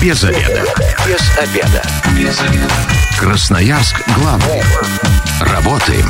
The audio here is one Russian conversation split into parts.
Без обеда. Без обеда. Без обеда. Красноярск главный. Работаем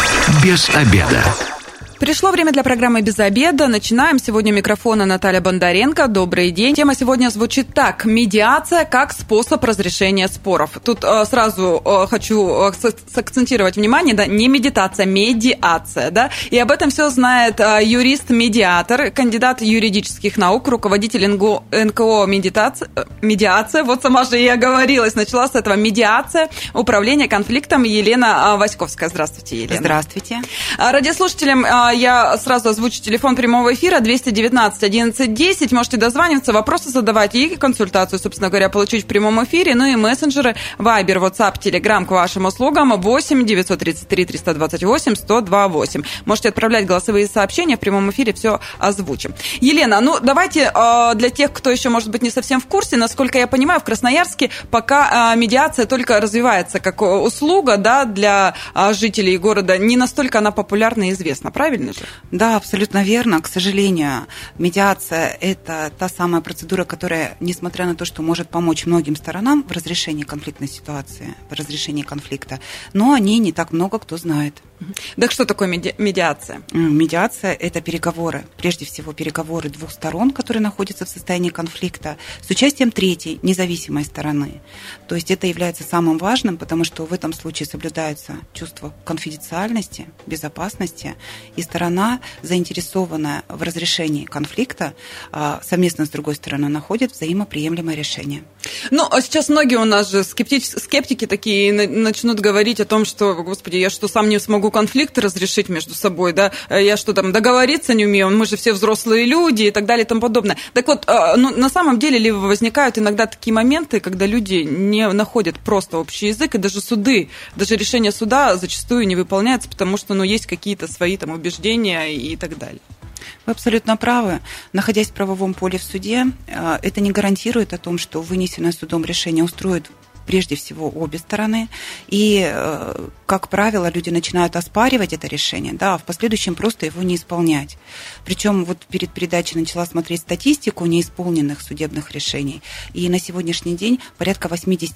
без обеда. Пришло время для программы «Без обеда». Начинаем. Сегодня у микрофона Наталья Бондаренко. Добрый день. Тема сегодня звучит так. Медиация как способ разрешения споров. Тут сразу хочу сакцентировать внимание, да, не медитация, медиация, да. И об этом все знает юрист-медиатор, кандидат юридических наук, руководитель НКО «Медиация». Вот сама же и оговорилась. Начала с этого медиация, управление конфликтом Елена Васьковская. Здравствуйте, Елена. Здравствуйте. Радиослушателям я сразу озвучу телефон прямого эфира 219 11 10. Можете дозваниваться, вопросы задавать и консультацию, собственно говоря, получить в прямом эфире. Ну и мессенджеры Viber, WhatsApp, Telegram к вашим услугам 8 933 328 1028. Можете отправлять голосовые сообщения в прямом эфире, все озвучим. Елена, ну давайте для тех, кто еще, может быть, не совсем в курсе, насколько я понимаю, в Красноярске пока медиация только развивается как услуга, да, для жителей города. Не настолько она популярна и известна, правильно же? Да, абсолютно верно. К сожалению, медиация – это та самая процедура, которая, несмотря на то, что может помочь многим сторонам в разрешении конфликтной ситуации, в разрешении конфликта, но о ней не так много кто знает. Так что такое медиация? Медиация – это переговоры, прежде всего переговоры двух сторон, которые находятся в состоянии конфликта, с участием третьей, независимой стороны. То есть это является самым важным, потому что в этом случае соблюдается чувство конфиденциальности, безопасности, и сторона, заинтересованная в разрешении конфликта, совместно с другой стороной находит взаимоприемлемое решение. Ну, а сейчас многие у нас же скептики такие начнут говорить о том, что, господи, я что, сам не смогу конфликты разрешить между собой, да, я что там, договориться не умею, мы же все взрослые люди и так далее и тому подобное. Так вот, ну, на самом деле ли возникают иногда такие моменты, когда люди не находят просто общий язык, и даже суды, даже решения суда зачастую не выполняются, потому что, ну, есть какие-то свои там убеждения и так далее. Вы абсолютно правы. Находясь в правовом поле в суде, это не гарантирует о том, что вынесенное судом решение устроит прежде всего обе стороны, и, как правило, люди начинают оспаривать это решение, да, а в последующем просто его не исполнять. Причем вот перед передачей начала смотреть статистику неисполненных судебных решений, и на сегодняшний день порядка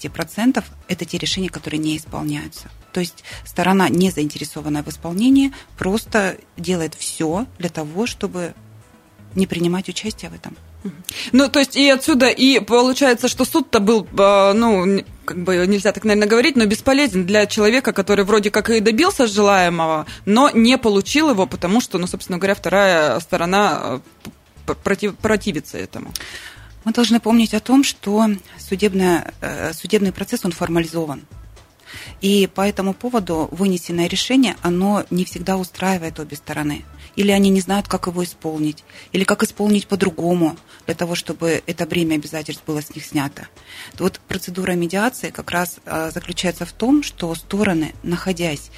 80% это те решения, которые не исполняются. То есть сторона, не заинтересованная в исполнении, просто делает все для того, чтобы не принимать участие в этом. Ну, то есть и отсюда и получается, что суд-то был, ну, как бы нельзя так, наверное, говорить, но бесполезен для человека, который вроде как и добился желаемого, но не получил его, потому что, ну, собственно говоря, вторая сторона противится этому. Мы должны помнить о том, что судебный процесс, он формализован. И по этому поводу вынесенное решение, оно не всегда устраивает обе стороны. Или они не знают, как его исполнить, или как исполнить по-другому, для того, чтобы это бремя обязательств было с них снято. Вот процедура медиации как раз заключается в том, что стороны, находясь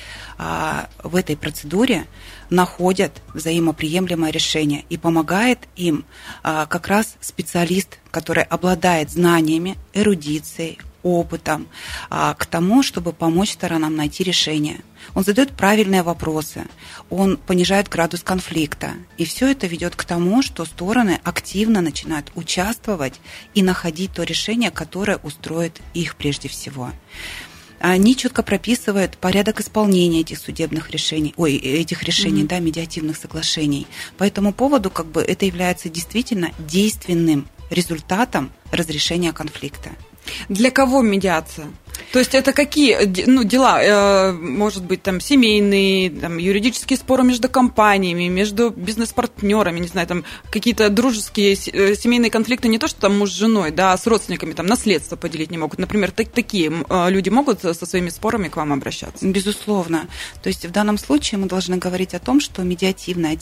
в этой процедуре, находят взаимоприемлемое решение, и помогает им как раз специалист, который обладает знаниями, эрудицией, опытом к тому, чтобы помочь сторонам найти решение. Он задает правильные вопросы, он понижает градус конфликта. И все это ведет к тому, что стороны активно начинают участвовать и находить то решение, которое устроит их прежде всего. Они четко прописывают порядок исполнения этих судебных решений, этих решений, да, медиативных соглашений. По этому поводу как бы это является действительно действенным результатом разрешения конфликта. Для кого медиация? То есть это какие дела? Может быть, там семейные, там, юридические споры между компаниями, между бизнес-партнерами, не знаю, там какие-то дружеские семейные конфликты, не то, что там муж с женой, да, а с родственниками, там наследство поделить не могут. Например, такие люди могут со своими спорами к вам обращаться? Безусловно. То есть в данном случае мы должны говорить о том, что медиативные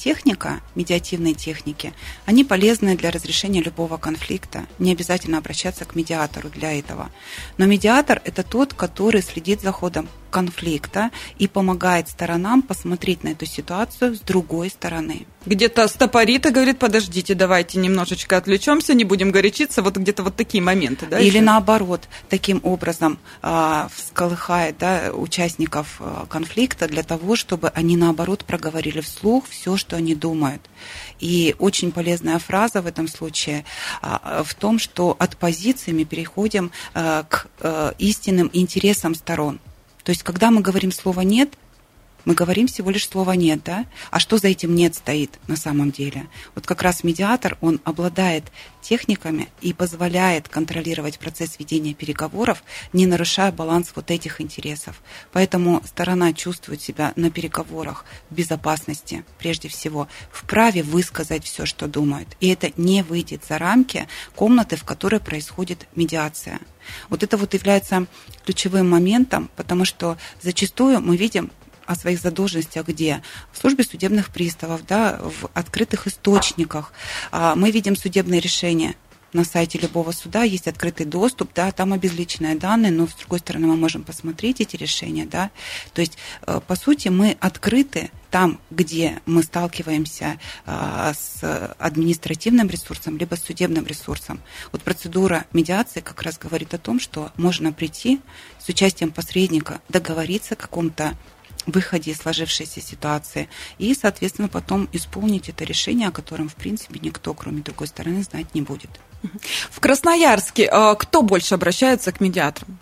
техники, они полезны для разрешения любого конфликта. Не обязательно обращаться к медиатору для этого. Но медиатор – это тот, который следит за ходом конфликта и помогает сторонам посмотреть на эту ситуацию с другой стороны. Где-то стопорит и говорит: подождите, давайте немножечко отвлечемся, не будем горячиться, вот где-то вот такие моменты, да? Или наоборот, таким образом всколыхает, да, участников конфликта для того, чтобы они наоборот проговорили вслух все, что они думают. И очень полезная фраза в этом случае в том, что от позиции мы переходим к истинным интересам сторон. То есть, когда мы говорим слово «нет», мы говорим всего лишь слово «нет», да? А что за этим «нет» стоит на самом деле? Вот как раз медиатор, он обладает техниками и позволяет контролировать процесс ведения переговоров, не нарушая баланс вот этих интересов. Поэтому сторона чувствует себя на переговорах в безопасности, прежде всего, вправе высказать все, что думает. И это не выйдет за рамки комнаты, в которой происходит медиация. Вот это вот является ключевым моментом, потому что зачастую мы видим о своих задолженностях где? В службе судебных приставов, да, в открытых источниках. Мы видим судебные решения. На сайте любого суда есть открытый доступ, да, там обезличенные данные, но с другой стороны мы можем посмотреть эти решения, да. То есть, по сути, мы открыты там, где мы сталкиваемся с административным ресурсом, либо с судебным ресурсом. Вот процедура медиации как раз говорит о том, что можно прийти с участием посредника, договориться о каком-то выходе из сложившейся ситуации и, соответственно, потом исполнить это решение, о котором, в принципе, никто, кроме другой стороны, знать не будет. В Красноярске кто больше обращается к медиаторам?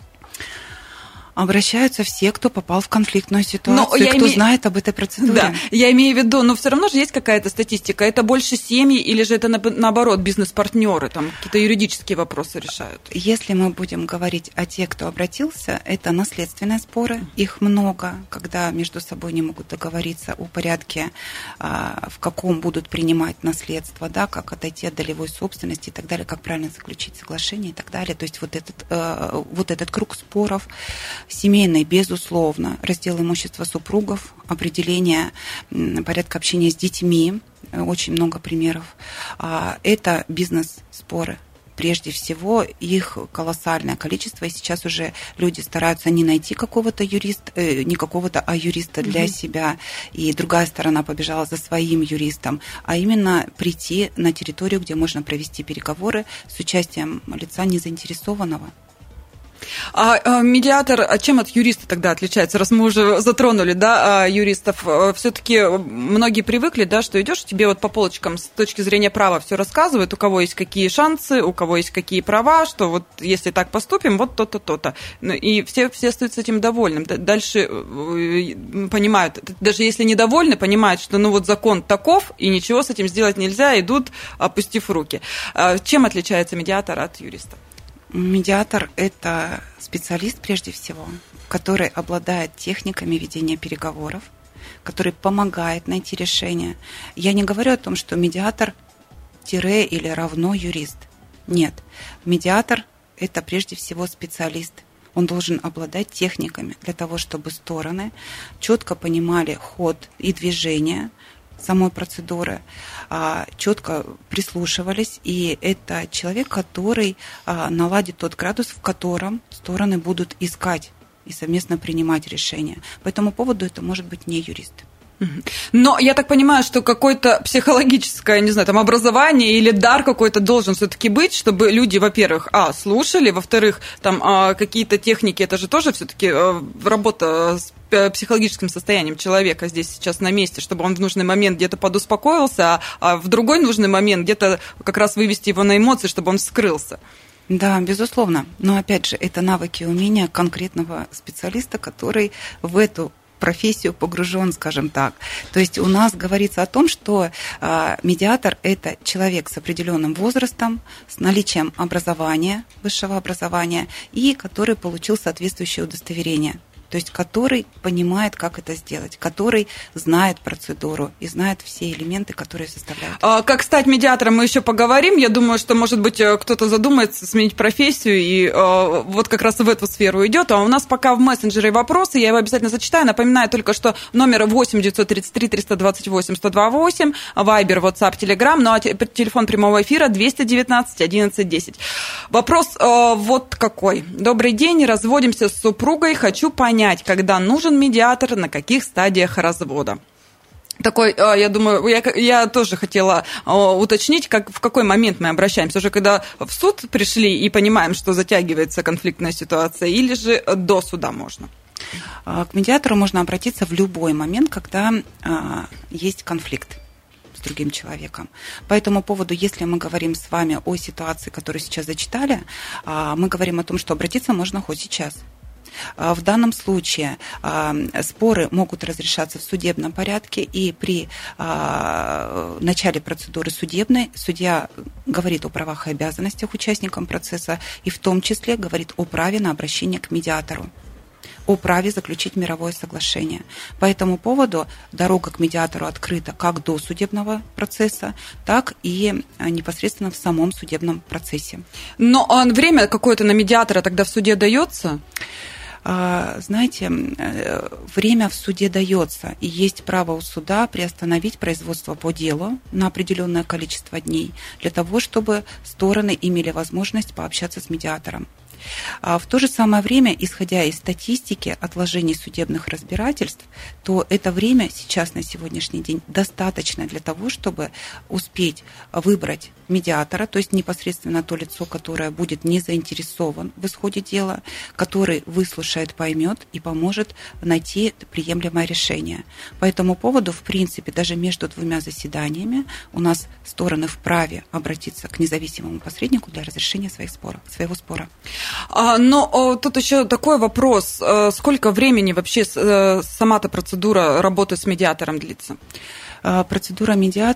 Обращаются все, кто попал в конфликтную ситуацию, кто знает об этой процедуре. Да, я имею в виду, но все равно же есть какая-то статистика. Это больше семьи или же это, наоборот, бизнес-партнеры, там какие-то юридические вопросы решают? Если мы будем говорить о тех, кто обратился, это наследственные споры. Их много, когда между собой не могут договориться о порядке, в каком будут принимать наследство, да, как отойти от долевой собственности и так далее, как правильно заключить соглашение и так далее. То есть вот этот круг споров. Семейный, безусловно, раздел имущества супругов, определение порядка общения с детьми, очень много примеров. Это бизнес-споры. Прежде всего, их колоссальное количество, и сейчас уже люди стараются не найти какого-то юриста, не какого-то, а юриста для себя, и другая сторона побежала за своим юристом, а именно прийти на территорию, где можно провести переговоры с участием лица незаинтересованного. А медиатор чем от юриста тогда отличается, раз мы уже затронули, да, юристов? Все-таки многие привыкли, да, что идешь, тебе вот по полочкам с точки зрения права все рассказывают, у кого есть какие шансы, у кого есть какие права, что вот если так поступим, вот то-то, то-то. И все остаются этим довольным. Дальше понимают, даже если недовольны, понимают, что ну вот закон таков, и ничего с этим сделать нельзя, идут, опустив руки. Чем отличается медиатор от юриста? Медиатор – это специалист, прежде всего, который обладает техниками ведения переговоров, который помогает найти решение. Я не говорю о том, что медиатор тире или равно юрист. Нет. Медиатор – это прежде всего специалист. Он должен обладать техниками для того, чтобы стороны четко понимали ход и движение самой процедуры, четко прислушивались, и это человек, который наладит тот градус, в котором стороны будут искать и совместно принимать решения. По этому поводу это может быть не юрист. Но я так понимаю, что какое-то психологическое, не знаю, там образование или дар какой-то должен все-таки быть, чтобы люди, во-первых, слушали, во-вторых, там какие-то техники, это же тоже все-таки работа с психологическим состоянием человека здесь сейчас на месте, чтобы он в нужный момент где-то подуспокоился, а в другой нужный момент где-то как раз вывести его на эмоции, чтобы он вскрылся. Да, безусловно. Но опять же, это навыки и умения конкретного специалиста, который в эту профессию погружен, скажем так. То есть у нас говорится о том, что медиатор – это человек с определенным возрастом, с наличием образования, высшего образования, и который получил соответствующее удостоверение. То есть который понимает, как это сделать, который знает процедуру и знает все элементы, которые составляют. Как стать медиатором, мы еще поговорим. Я думаю, что, может быть, кто-то задумается сменить профессию и вот как раз в эту сферу идет. А у нас пока в мессенджере вопросы, я его обязательно зачитаю. Напоминаю только, что номер 8 933 328 128, Вайбер, WhatsApp, Telegram, ну а телефон прямого эфира 219 11 10. Вопрос вот какой. Добрый день, разводимся с супругой, хочу понять, понять, когда нужен медиатор, на каких стадиях развода? Такой, я думаю, я тоже хотела уточнить, в какой момент мы обращаемся, уже когда в суд пришли и понимаем, что затягивается конфликтная ситуация, или же до суда можно? К медиатору можно обратиться в любой момент, когда есть конфликт с другим человеком. По этому поводу, если мы говорим с вами о ситуации, которую сейчас зачитали, мы говорим о том, что обратиться можно хоть сейчас. В данном случае споры могут разрешаться в судебном порядке, и при начале процедуры судебной судья говорит о правах и обязанностях участникам процесса, и в том числе говорит о праве на обращение к медиатору, о праве заключить мировое соглашение. По этому поводу дорога к медиатору открыта как до судебного процесса, так и непосредственно в самом судебном процессе. Но время какое-то на медиатора тогда в суде дается? Знаете, время в суде дается, и есть право у суда приостановить производство по делу на определенное количество дней для того, чтобы стороны имели возможность пообщаться с медиатором. В то же самое время, исходя из статистики отложений судебных разбирательств, то это время сейчас, на сегодняшний день, достаточно для того, чтобы успеть выбрать медиатора, то есть непосредственно то лицо, которое будет не заинтересован в исходе дела, который выслушает, поймет и поможет найти приемлемое решение. По этому поводу, в принципе, даже между двумя заседаниями у нас стороны вправе обратиться к независимому посреднику для разрешения своего спора. Но тут еще такой вопрос. Сколько времени вообще сама-то процедура работы с медиатором длится? Сама процедура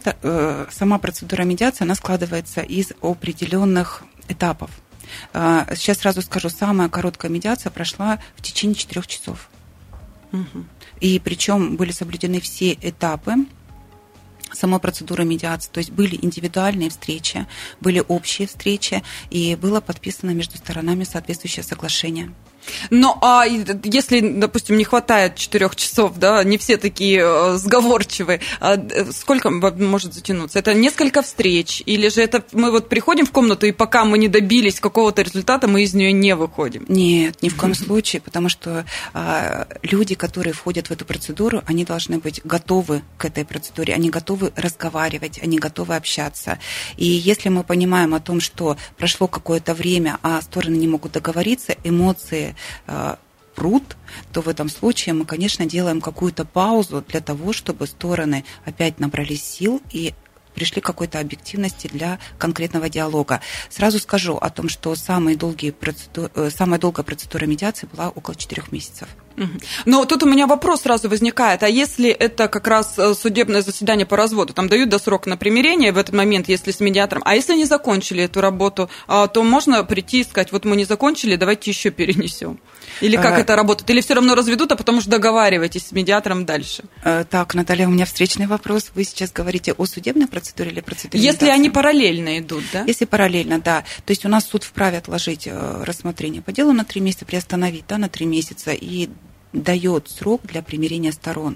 медиации, она складывается из определенных этапов. Сейчас сразу скажу, самая короткая медиация прошла в течение 4 часов. Угу. И причем были соблюдены все этапы самой процедуры медиации, то есть были индивидуальные встречи, были общие встречи, и было подписано между сторонами соответствующее соглашение. Но если, допустим, не хватает 4 часов, да, не все такие сговорчивые, сколько может затянуться? Это несколько встреч? Или же это мы вот приходим в комнату, и пока мы не добились какого-то результата, мы из нее не выходим? Нет, ни в коем случае, потому что люди, которые входят в эту процедуру, они должны быть готовы к этой процедуре, они готовы разговаривать, они готовы общаться. И если мы понимаем о том, что прошло какое-то время, а стороны не могут договориться, эмоции прут, то в этом случае мы, конечно, делаем какую-то паузу для того, чтобы стороны опять набрались сил и пришли к какой-то объективности для конкретного диалога. Сразу скажу о том, что самая долгая процедура медиации была около 4 месяцев. Но тут у меня вопрос сразу возникает, а если это как раз судебное заседание по разводу, там дают досрок на примирение в этот момент, если с медиатором, а если не закончили эту работу, то можно прийти и сказать, вот мы не закончили, давайте еще перенесем. Или как это работает? Или все равно разведут, а потом уже договариваетесь с медиатором дальше? Так, Наталья, у меня встречный вопрос. Вы сейчас говорите о судебной процедуре или процедуре медиации? Если они параллельно идут, да? Если параллельно, да. То есть у нас суд вправе отложить рассмотрение по делу на 3 месяца, приостановить, да, на 3 месяца и дает срок для примирения сторон.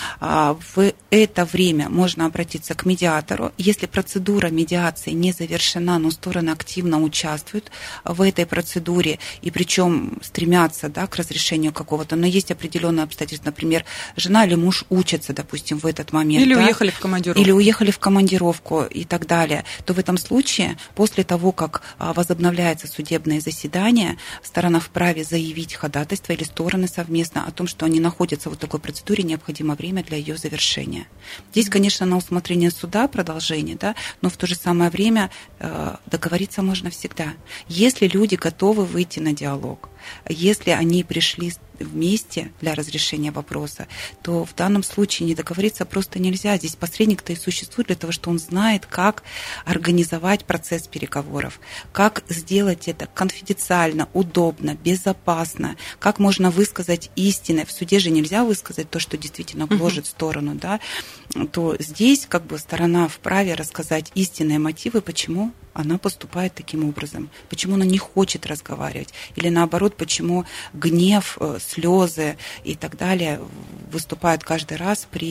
В это время можно обратиться к медиатору. Если процедура медиации не завершена, но стороны активно участвуют в этой процедуре, и причем стремятся, да, к разрешению какого-то, но есть определенные обстоятельства, например, жена или муж учатся, допустим, в этот момент. Или уехали в командировку. Или уехали в командировку и так далее, то в этом случае, после того, как возобновляется судебное заседание, сторона вправе заявить ходатайство или стороны совместно о том, что они находятся в такой процедуре, необходимо время для ее завершения. Здесь, конечно, на усмотрение суда продолжение, да, но в то же самое время договориться можно всегда. Если люди готовы выйти на диалог, если они пришли вместе для разрешения вопроса, то в данном случае не договориться просто нельзя. Здесь посредник-то и существует для того, что он знает, как организовать процесс переговоров, как сделать это конфиденциально, удобно, безопасно, как можно высказать истины. В суде же нельзя высказать то, что действительно гложет сторону, да, то здесь как бы сторона вправе рассказать истинные мотивы, почему она поступает таким образом, почему она не хочет разговаривать, или наоборот, почему гнев, слезы и так далее выступают каждый раз при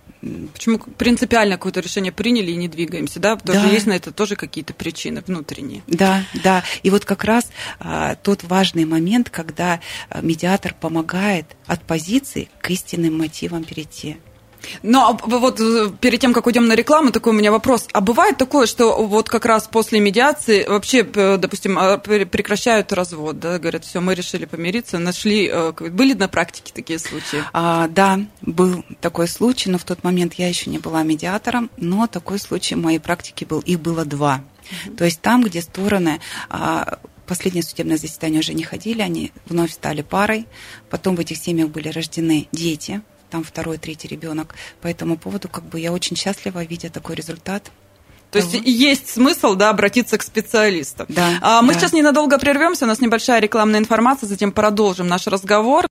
Почему принципиально какое-то решение приняли и не двигаемся, да? Потому что есть на это тоже какие-то причины внутренние. Да. И вот как раз тот важный момент, когда медиатор помогает от позиции к истинным мотивам перейти. Но вот перед тем, как уйдем на рекламу, такой у меня вопрос. А бывает такое, что вот как раз после медиации вообще, допустим, прекращают развод, да, говорят, все, мы решили помириться, нашли, были на практике такие случаи? Да, был такой случай, но в тот момент я еще не была медиатором, но такой случай в моей практике был, их было 2. То есть там, где стороны... Последнее судебное заседание уже не ходили, они вновь стали парой, потом в этих семьях были рождены дети, там 2-й, 3-й ребенок. По этому поводу я очень счастлива, видя такой результат. То есть есть смысл, да, обратиться к специалистам. Да. Мы сейчас ненадолго прервемся, у нас небольшая рекламная информация, затем продолжим наш разговор.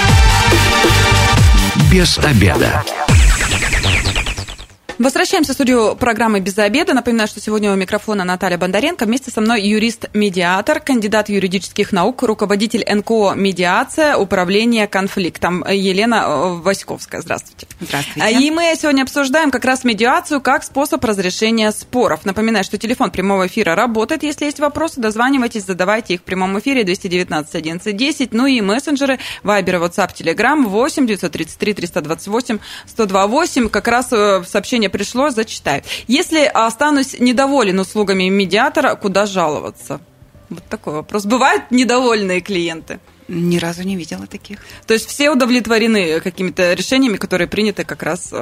Без обеда. Возвращаемся в студию программы «Без обеда». Напоминаю, что сегодня у микрофона Наталья Бондаренко. Вместе со мной юрист-медиатор, кандидат юридических наук, руководитель НКО «Медиация. Управление конфликтом» Елена Васьковская. Здравствуйте. Здравствуйте. И мы сегодня обсуждаем как раз медиацию как способ разрешения споров. Напоминаю, что телефон прямого эфира работает. Если есть вопросы, дозванивайтесь, задавайте их в прямом эфире 219 11 10. Ну и мессенджеры Вайбер, WhatsApp, Telegram 8 933 328 128. Как раз сообщение пришло, зачитаю. Если останусь недоволен услугами медиатора, куда жаловаться? Вот такой вопрос. Бывают недовольные клиенты? Ни разу не видела таких. То есть все удовлетворены какими-то решениями, которые приняты как раз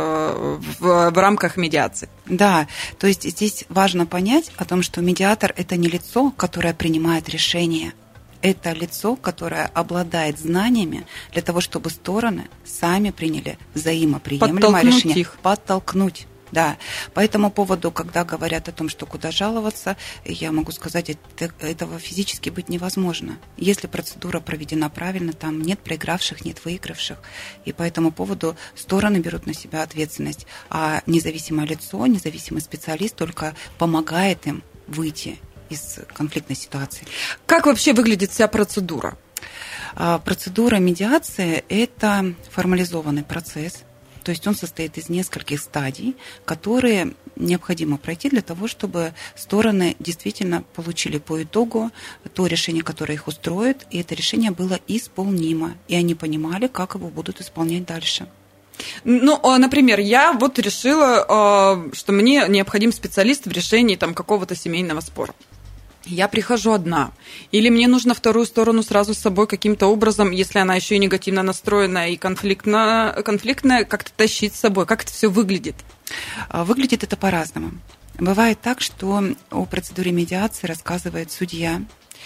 в рамках медиации? Да, то есть здесь важно понять о том, что медиатор – это не лицо, которое принимает решения. Это лицо, которое обладает знаниями для того, чтобы стороны сами приняли взаимоприемлемое решение. Подтолкнуть. Да, по этому поводу, когда говорят о том, что куда жаловаться, я могу сказать, этого физически быть невозможно. Если процедура проведена правильно, там нет проигравших, нет выигравших. И по этому поводу стороны берут на себя ответственность. А независимое лицо, независимый специалист только помогает им выйти из конфликтной ситуации. Как вообще выглядит вся процедура? Процедура медиации – это формализованный процесс. То есть он состоит из нескольких стадий, которые необходимо пройти для того, чтобы стороны действительно получили по итогу то решение, которое их устроит, и это решение было исполнимо, и они понимали, как его будут исполнять дальше. Ну, например, я вот решила, что мне необходим специалист в решении там какого-то семейного спора. Я прихожу одна. Или мне нужно вторую сторону сразу с собой каким-то образом, если она еще и негативно настроена и конфликтная, как-то тащить с собой. Как это все выглядит? Выглядит это по-разному. Бывает так, что о процедуре медиации рассказывает судья,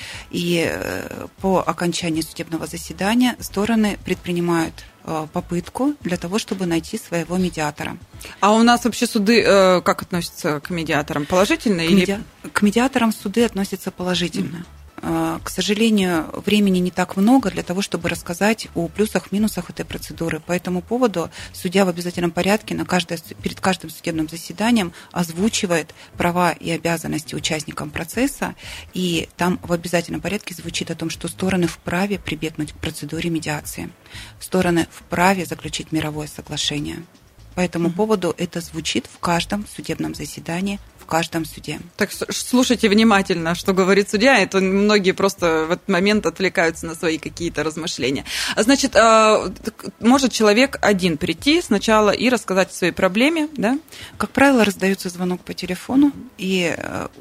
и по окончании судебного заседания стороны предпринимают попытку для того, чтобы найти своего медиатора. А у нас вообще суды как относятся к медиаторам? Положительно или... К медиаторам суды относятся положительно. К сожалению, времени не так много для того, чтобы рассказать о плюсах, минусах этой процедуры. По этому поводу судья в обязательном порядке перед каждым судебным заседанием озвучивает права и обязанности участникам процесса, и там в обязательном порядке звучит о том, что стороны вправе прибегнуть к процедуре медиации. Стороны вправе заключить мировое соглашение. По этому поводу это звучит в каждом судебном заседании, в каждом суде. Так слушайте внимательно, что говорит судья. Это многие просто в этот момент отвлекаются на свои какие-то размышления. Значит, может человек один прийти сначала и рассказать о своей проблеме, да? Как правило, раздается звонок по телефону, и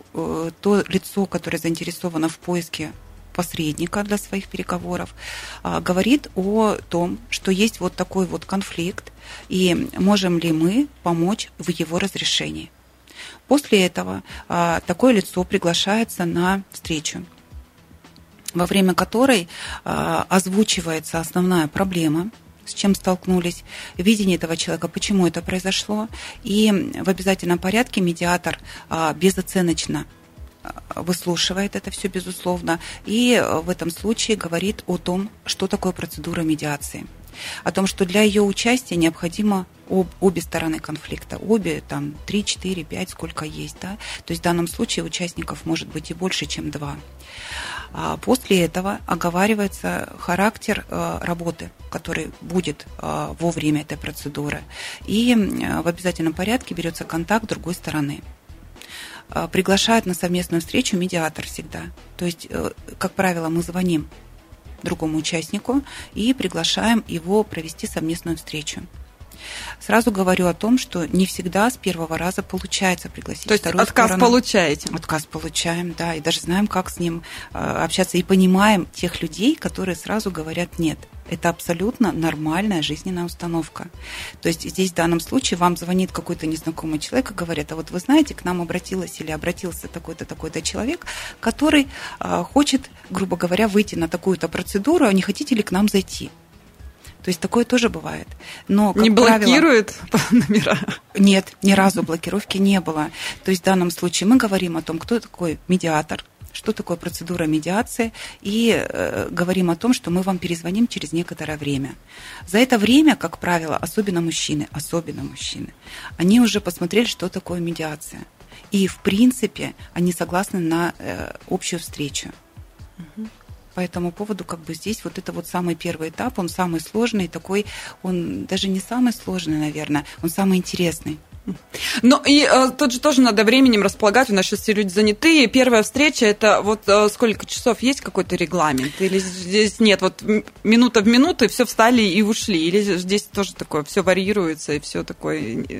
то лицо, которое заинтересовано в поиске посредника для своих переговоров, говорит о том, что есть вот такой вот конфликт, и можем ли мы помочь в его разрешении. После этого такое лицо приглашается на встречу, во время которой озвучивается основная проблема, с чем столкнулись, видение этого человека, почему это произошло, и в обязательном порядке медиатор безоценочно выслушивает это все, безусловно, и в этом случае говорит о том, что такое процедура медиации. О том, что для ее участия необходимо обе стороны конфликта, обе, там, 3, 4, 5, сколько есть, да? То есть в данном случае участников может быть и больше, чем 2. После этого оговаривается характер работы, который будет во время этой процедуры. И в обязательном порядке берется контакт другой стороны. Приглашает на совместную встречу медиатор всегда. То есть, как правило, мы звоним другому участнику и приглашаем его провести совместную встречу. Сразу говорю о том, что не всегда с первого раза получается пригласить вторую сторону. То есть отказ получаете? Отказ получаем, да, и даже знаем, как с ним общаться, и понимаем тех людей, которые сразу говорят «нет». Это абсолютно нормальная жизненная установка. То есть здесь в данном случае вам звонит какой-то незнакомый человек и говорит: а вот вы знаете, к нам обратилась или обратился такой-то, такой-то человек, который хочет, грубо говоря, выйти на такую-то процедуру, а не хотите ли к нам зайти? То есть такое тоже бывает. Но, как не блокирует правило, номера? Нет, ни разу блокировки не было. То есть в данном случае мы говорим о том, кто такой медиатор, что такое процедура медиации, и говорим о том, что мы вам перезвоним через некоторое время. За это время, как правило, особенно мужчины, они уже посмотрели, что такое медиация. И, в принципе, они согласны на общую встречу. По этому поводу, как бы здесь вот это вот самый первый этап, он самый сложный, такой, он даже не самый сложный, наверное, он самый интересный. Ну и тут же тоже надо временем располагать, у нас сейчас все люди занятые. Первая встреча, это вот сколько часов, есть какой-то регламент? Или здесь нет, вот минута в минуту, и все встали и ушли? Или здесь тоже такое, все варьируется, и все такое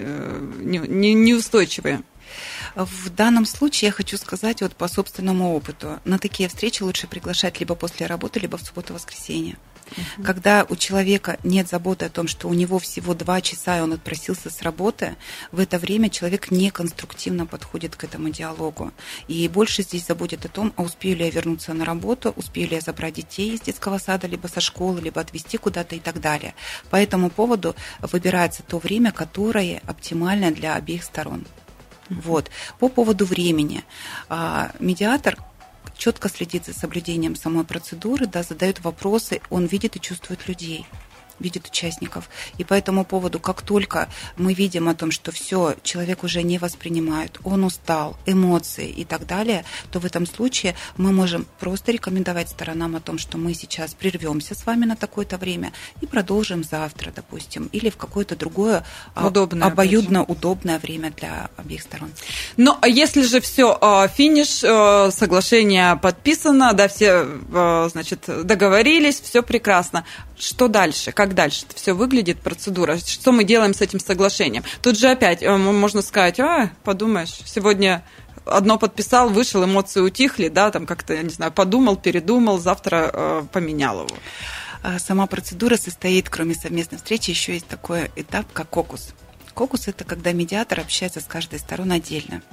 неустойчивое? В данном случае я хочу сказать вот по собственному опыту. На такие встречи лучше приглашать либо после работы, либо в субботу-воскресенье. Когда у человека нет заботы о том, что у него всего 2 часа, и он отпросился с работы, в это время человек неконструктивно подходит к этому диалогу. И больше здесь заботит о том, а успею ли я вернуться на работу, успею ли я забрать детей из детского сада, либо со школы, либо отвезти куда-то и так далее. По этому поводу выбирается то время, которое оптимально для обеих сторон. Вот. По поводу времени. Медиатор четко следит за соблюдением самой процедуры, да, задает вопросы, он видит и чувствует людей, видит участников. И по этому поводу, как только мы видим о том, что все, человек уже не воспринимает, он устал, эмоции и так далее, то в этом случае мы можем просто рекомендовать сторонам о том, что мы сейчас прервемся с вами на такое-то время и продолжим завтра, допустим, или в какое-то другое обоюдно удобное время для обеих сторон. Но если же все, финиш, соглашение подписано, да, все, значит, договорились, все прекрасно. Что дальше? Как дальше это все выглядит, процедура? Что мы делаем с этим соглашением? Тут же опять можно сказать: подумаешь, сегодня одно подписал, вышел, эмоции утихли, да, там как-то, я не знаю, подумал, передумал, завтра поменял его. Сама процедура состоит, кроме совместной встречи, еще есть такой этап, как кокус. Кокус – это когда медиатор общается с каждой стороной отдельно.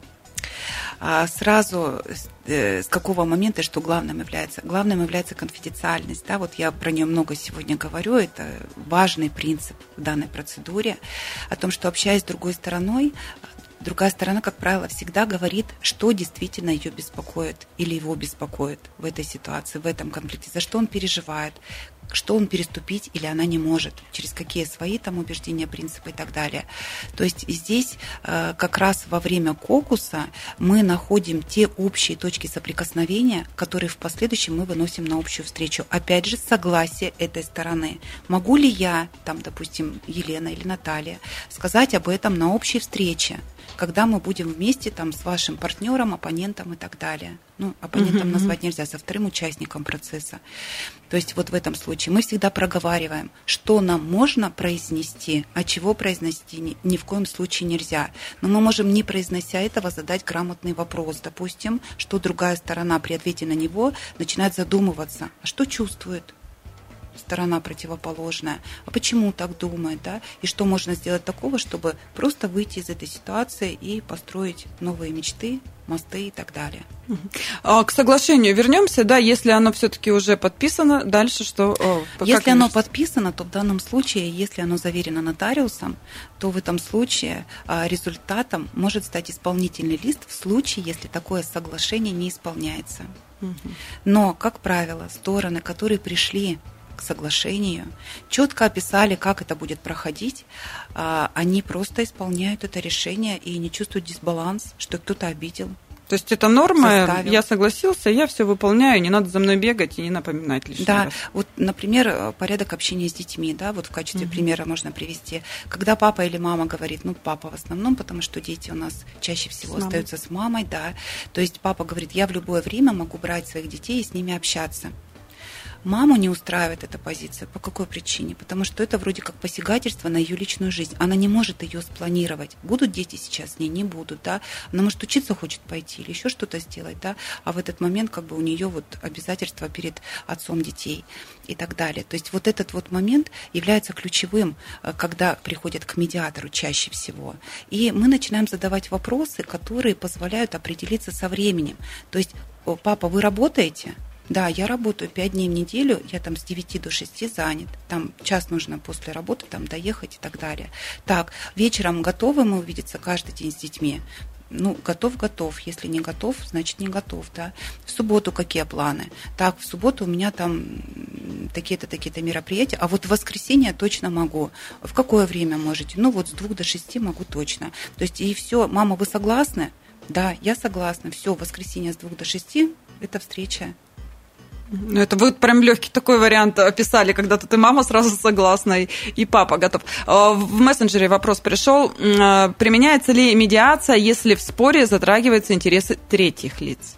Сразу с какого момента, что главным является? Главным является конфиденциальность. Да? Вот я про нее много сегодня говорю. Это важный принцип в данной процедуре. О том, что, общаясь с другой стороной, другая сторона, как правило, всегда говорит, что действительно ее беспокоит или его беспокоит в этой ситуации, в этом конфликте, за что он переживает, что он переступить или она не может, через какие свои там убеждения, принципы и так далее. То есть здесь как раз во время кокуса мы находим те общие точки соприкосновения, которые в последующем мы выносим на общую встречу. Опять же, согласие этой стороны. Могу ли я, там, допустим, Елена или Наталья, сказать об этом на общей встрече, когда мы будем вместе там, с вашим партнером, оппонентом и так далее. Ну, оппонентом назвать нельзя, со вторым участником процесса. То есть вот в этом случае мы всегда проговариваем, что нам можно произнести, а чего произнести ни в коем случае нельзя. Но мы можем, не произнося этого, задать грамотный вопрос. Допустим, что другая сторона при ответе на него начинает задумываться, а что чувствует сторона противоположная, а почему так думает, да, и что можно сделать такого, чтобы просто выйти из этой ситуации и построить новые мечты, мосты и так далее. К соглашению вернемся, да, если оно все-таки уже подписано, дальше что? Если оно подписано, то в данном случае, если оно заверено нотариусом, то в этом случае результатом может стать исполнительный лист в случае, если такое соглашение не исполняется. Но, как правило, стороны, которые пришли к соглашению, четко описали, как это будет проходить, они просто исполняют это решение и не чувствуют дисбаланс, что кто-то обидел, То есть это норма, заставил. Я согласился, я все выполняю, не надо за мной бегать и не напоминать лишний раз. Вот, например, порядок общения с детьми, да, вот в качестве примера можно привести. Когда папа или мама говорит, папа в основном, потому что дети у нас чаще всего остаются с мамой, да, то есть папа говорит, я в любое время могу брать своих детей и с ними общаться. Маму не устраивает эта позиция. По какой причине? Потому что это вроде как посягательство на ее личную жизнь. Она не может ее спланировать. Будут дети сейчас с ней? Не будут. Да? Она, может, учиться хочет пойти или еще что-то сделать, да? А в этот момент как бы у нее вот обязательства перед отцом детей и так далее. То есть вот этот вот момент является ключевым, когда приходят к медиатору чаще всего. И мы начинаем задавать вопросы, которые позволяют определиться со временем. То есть, папа, вы работаете? Да, я работаю 5 дней в неделю, я там с 9 до 6 занят, там час нужно после работы там доехать и так далее. Так, вечером готовы мы увидеться каждый день с детьми? Готов. Если не готов, значит не готов, да. В субботу какие планы? Так, в субботу у меня там такие-то мероприятия, а вот в воскресенье точно могу. В какое время можете? С 2 до 6 могу точно. То есть и все, мама, вы согласны? Да, я согласна. Все, в воскресенье с 2 до 6 это встреча. Это вы прям легкий такой вариант описали, когда ты мама сразу согласна, и папа готов. В мессенджере вопрос пришел. Применяется ли медиация, если в споре затрагиваются интересы третьих лиц?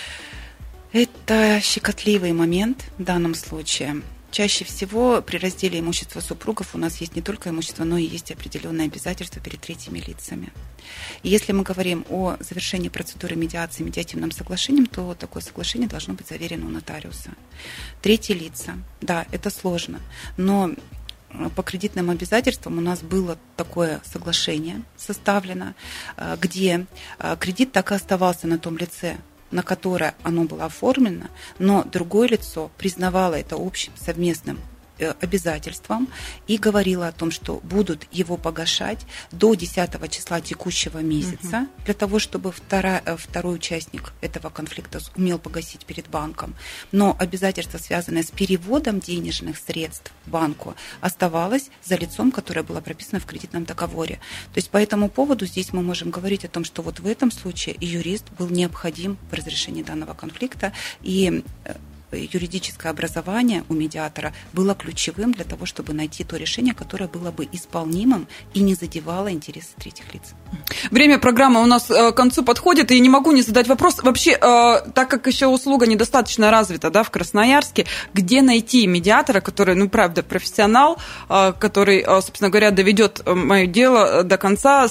Это щекотливый момент в данном случае. Чаще всего при разделе имущества супругов у нас есть не только имущество, но и есть определенные обязательства перед третьими лицами. И если мы говорим о завершении процедуры медиации медиативным соглашением, то такое соглашение должно быть заверено у нотариуса. Третьи лица, да, это сложно, но по кредитным обязательствам у нас было такое соглашение составлено, где кредит так и оставался на том лице, на которое оно было оформлено, но другое лицо признавало это общим совместным обязательством и говорила о том, что будут его погашать до 10 числа текущего месяца, для того, чтобы второй участник этого конфликта умел погасить перед банком. Но обязательство, связанное с переводом денежных средств банку, оставалось за лицом, которое было прописано в кредитном договоре. То есть по этому поводу здесь мы можем говорить о том, что вот в этом случае юрист был необходим в разрешении данного конфликта, и юридическое образование у медиатора было ключевым для того, чтобы найти то решение, которое было бы исполнимым и не задевало интересы третьих лиц. Время программы у нас к концу подходит, и не могу не задать вопрос. Вообще, так как еще услуга недостаточно развита, да, в Красноярске, где найти медиатора, который, правда, профессионал, который, собственно говоря, доведет мое дело до конца,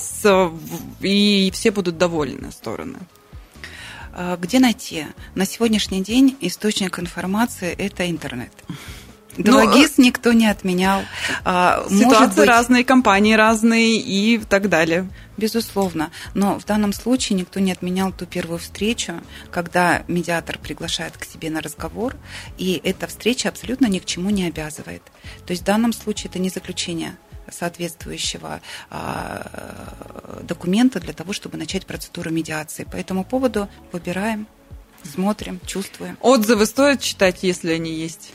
и все будут довольны стороны? Где найти? На сегодняшний день источник информации – это интернет. Логист никто не отменял. Ситуации разные, компании разные и так далее. Безусловно. Но в данном случае никто не отменял ту первую встречу, когда медиатор приглашает к себе на разговор, и эта встреча абсолютно ни к чему не обязывает. То есть в данном случае это не заключение соответствующего документа для того, чтобы начать процедуру медиации. По этому поводу выбираем, смотрим, чувствуем. Отзывы стоит читать, если они есть?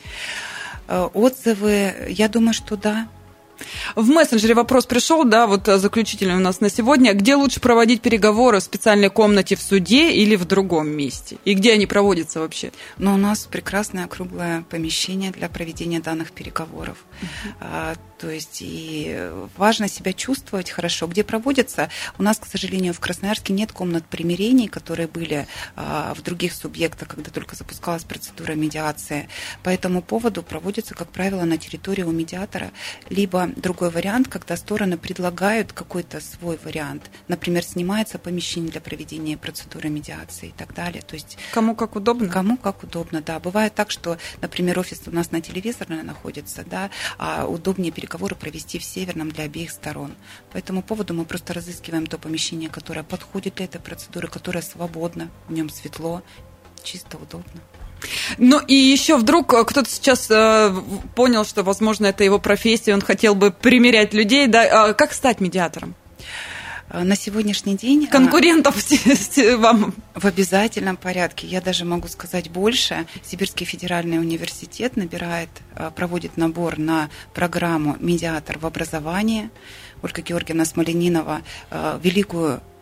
Отзывы, я думаю, что да. В мессенджере вопрос пришел, да, вот заключительный у нас на сегодня. Где лучше проводить переговоры, в специальной комнате в суде или в другом месте? И где они проводятся вообще? У нас прекрасное круглое помещение для проведения данных переговоров. То есть и важно себя чувствовать хорошо. Где проводятся? У нас, к сожалению, в Красноярске нет комнат примирений, которые были в других субъектах, когда только запускалась процедура медиации. По этому поводу проводятся, как правило, на территории у медиатора, либо другой вариант, когда стороны предлагают какой-то свой вариант. Например, снимается помещение для проведения процедуры медиации и так далее. То есть кому как удобно? Кому как удобно, да. Бывает так, что, например, офис у нас на Телевизорной находится, да, а удобнее переговоры провести в Северном для обеих сторон. По этому поводу мы просто разыскиваем то помещение, которое подходит для этой процедуры, которое свободно, в нем светло, чисто, удобно. И еще вдруг кто-то сейчас понял, что, возможно, это его профессия, он хотел бы примирять людей, да? Как стать медиатором? На сегодняшний день... Конкурентов вам? В обязательном порядке. Я даже могу сказать больше. Сибирский федеральный университет проводит набор на программу «Медиатор в образовании». Ольга Георгиевна Смоленинова великую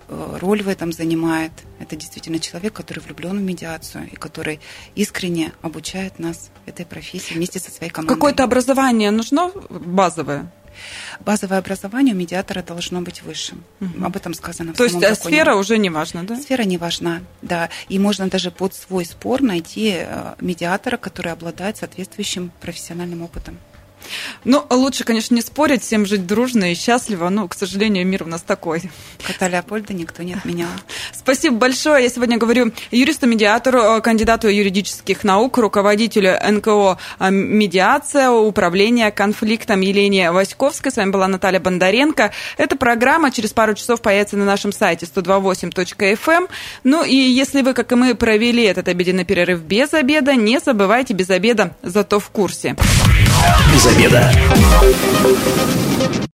роль в этом занимает. Это действительно человек, который влюблен в медиацию и который искренне обучает нас этой профессии вместе со своей командой. Какое-то образование нужно базовое? Базовое образование у медиатора должно быть высшим. Об этом сказано в самом законе. То есть сфера уже не важна, да? Сфера не важна, да. И можно даже под свой спор найти медиатора, который обладает соответствующим профессиональным опытом. Ну, лучше, конечно, не спорить, всем жить дружно и счастливо, но, к сожалению, мир у нас такой. Кота Леопольда никто не отменял. Спасибо большое. Я сегодня говорю юристу-медиатору, кандидату юридических наук, руководителю НКО «Медиация», управления конфликтом Елене Васьковской. С вами была Наталья Бондаренко. Эта программа через пару часов появится на нашем сайте 128.fm. Ну и если вы, как и мы, провели этот обеденный перерыв без обеда, не забывайте без обеда, зато в курсе. Без обеда.